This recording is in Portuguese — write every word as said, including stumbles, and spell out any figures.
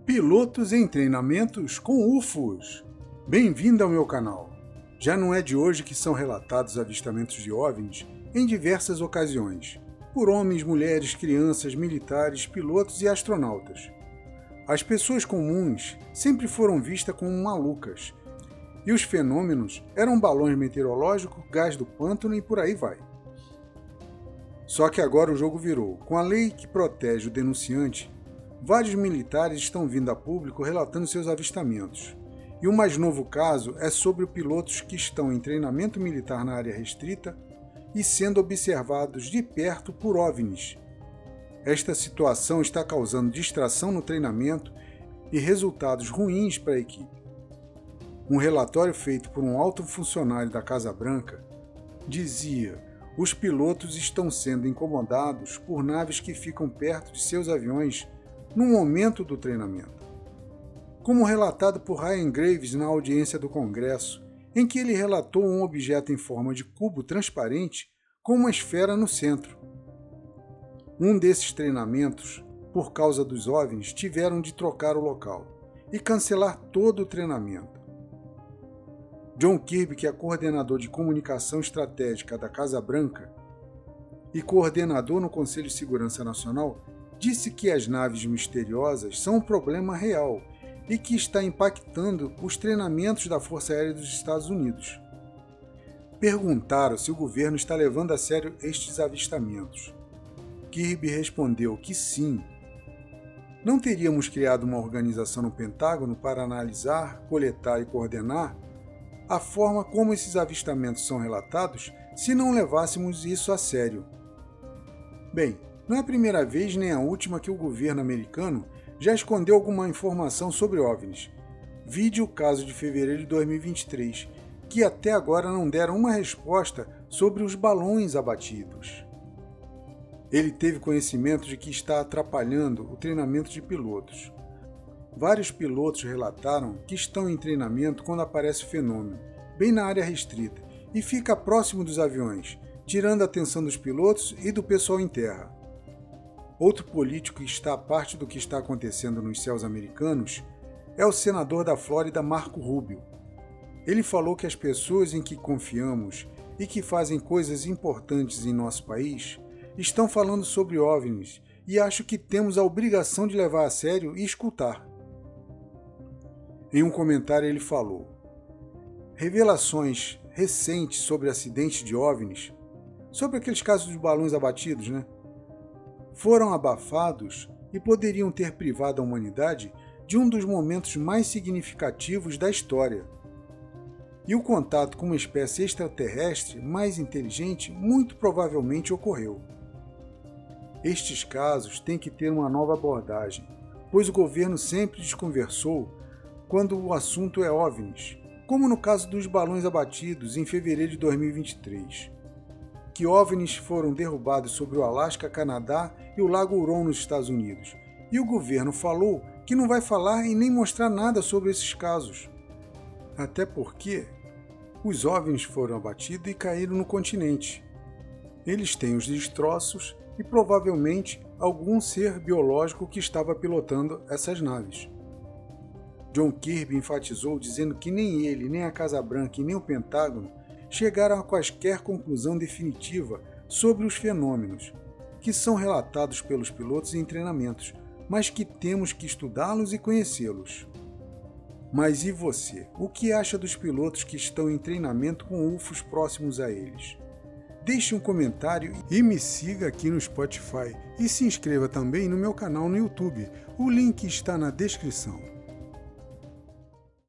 Pilotos em treinamentos com U F Os. Bem-vindo ao meu canal. Já não é de hoje que são relatados avistamentos de OVNIs em diversas ocasiões, por homens, mulheres, crianças, militares, pilotos e astronautas. As pessoas comuns sempre foram vistas como malucas, e os fenômenos eram balões meteorológicos, gás do pântano e por aí vai. Só que agora o jogo virou. Com a lei que protege o denunciante, vários militares estão vindo a público relatando seus avistamentos. E o mais novo caso é sobre pilotos que estão em treinamento militar na área restrita e sendo observados de perto por OVNIs. Esta situação está causando distração no treinamento e resultados ruins para a equipe. Um relatório feito por um alto funcionário da Casa Branca dizia: os pilotos estão sendo incomodados por naves que ficam perto de seus aviões no momento do treinamento. Como relatado por Ryan Graves na audiência do Congresso, em que ele relatou um objeto em forma de cubo transparente com uma esfera no centro. Um desses treinamentos, por causa dos OVNIs, tiveram de trocar o local e cancelar todo o treinamento. John Kirby, que é coordenador de comunicação estratégica da Casa Branca e coordenador no Conselho de Segurança Nacional, disse que as naves misteriosas são um problema real e que está impactando os treinamentos da Força Aérea dos Estados Unidos. Perguntaram se o governo está levando a sério estes avistamentos. Kirby respondeu que sim. Não teríamos criado uma organização no Pentágono para analisar, coletar e coordenar a forma como esses avistamentos são relatados se não levássemos isso a sério. Bem, não é a primeira vez nem a última que o governo americano já escondeu alguma informação sobre OVNIs. Vide o caso de fevereiro de dois mil e vinte e três, que até agora não deram uma resposta sobre os balões abatidos. Ele teve conhecimento de que está atrapalhando o treinamento de pilotos. Vários pilotos relataram que estão em treinamento quando aparece o fenômeno, bem na área restrita, e fica próximo dos aviões, tirando a atenção dos pilotos e do pessoal em terra. Outro político que está a parte do que está acontecendo nos céus americanos é o senador da Flórida, Marco Rubio. Ele falou que as pessoas em que confiamos e que fazem coisas importantes em nosso país estão falando sobre OVNIs e acho que temos a obrigação de levar a sério e escutar. Em um comentário ele falou: revelações recentes sobre acidentes de OVNIs, sobre aqueles casos de balões abatidos, né? Foram abafados e poderiam ter privado a humanidade de um dos momentos mais significativos da história. E o contato com uma espécie extraterrestre mais inteligente muito provavelmente ocorreu. Estes casos têm que ter uma nova abordagem, pois o governo sempre desconversou quando o assunto é OVNIs, como no caso dos balões abatidos em fevereiro de dois mil e vinte e três. Que OVNIs foram derrubados sobre o Alasca, Canadá e o Lago Huron nos Estados Unidos, e o governo falou que não vai falar e nem mostrar nada sobre esses casos. Até porque os OVNIs foram abatidos e caíram no continente. Eles têm os destroços e provavelmente algum ser biológico que estava pilotando essas naves. John Kirby enfatizou dizendo que nem ele, nem a Casa Branca e nem o Pentágono chegaram a quaisquer conclusão definitiva sobre os fenômenos, que são relatados pelos pilotos em treinamentos, mas que temos que estudá-los e conhecê-los. Mas e você? O que acha dos pilotos que estão em treinamento com U F Os próximos a eles? Deixe um comentário e me siga aqui no Spotify e se inscreva também no meu canal no YouTube. O link está na descrição.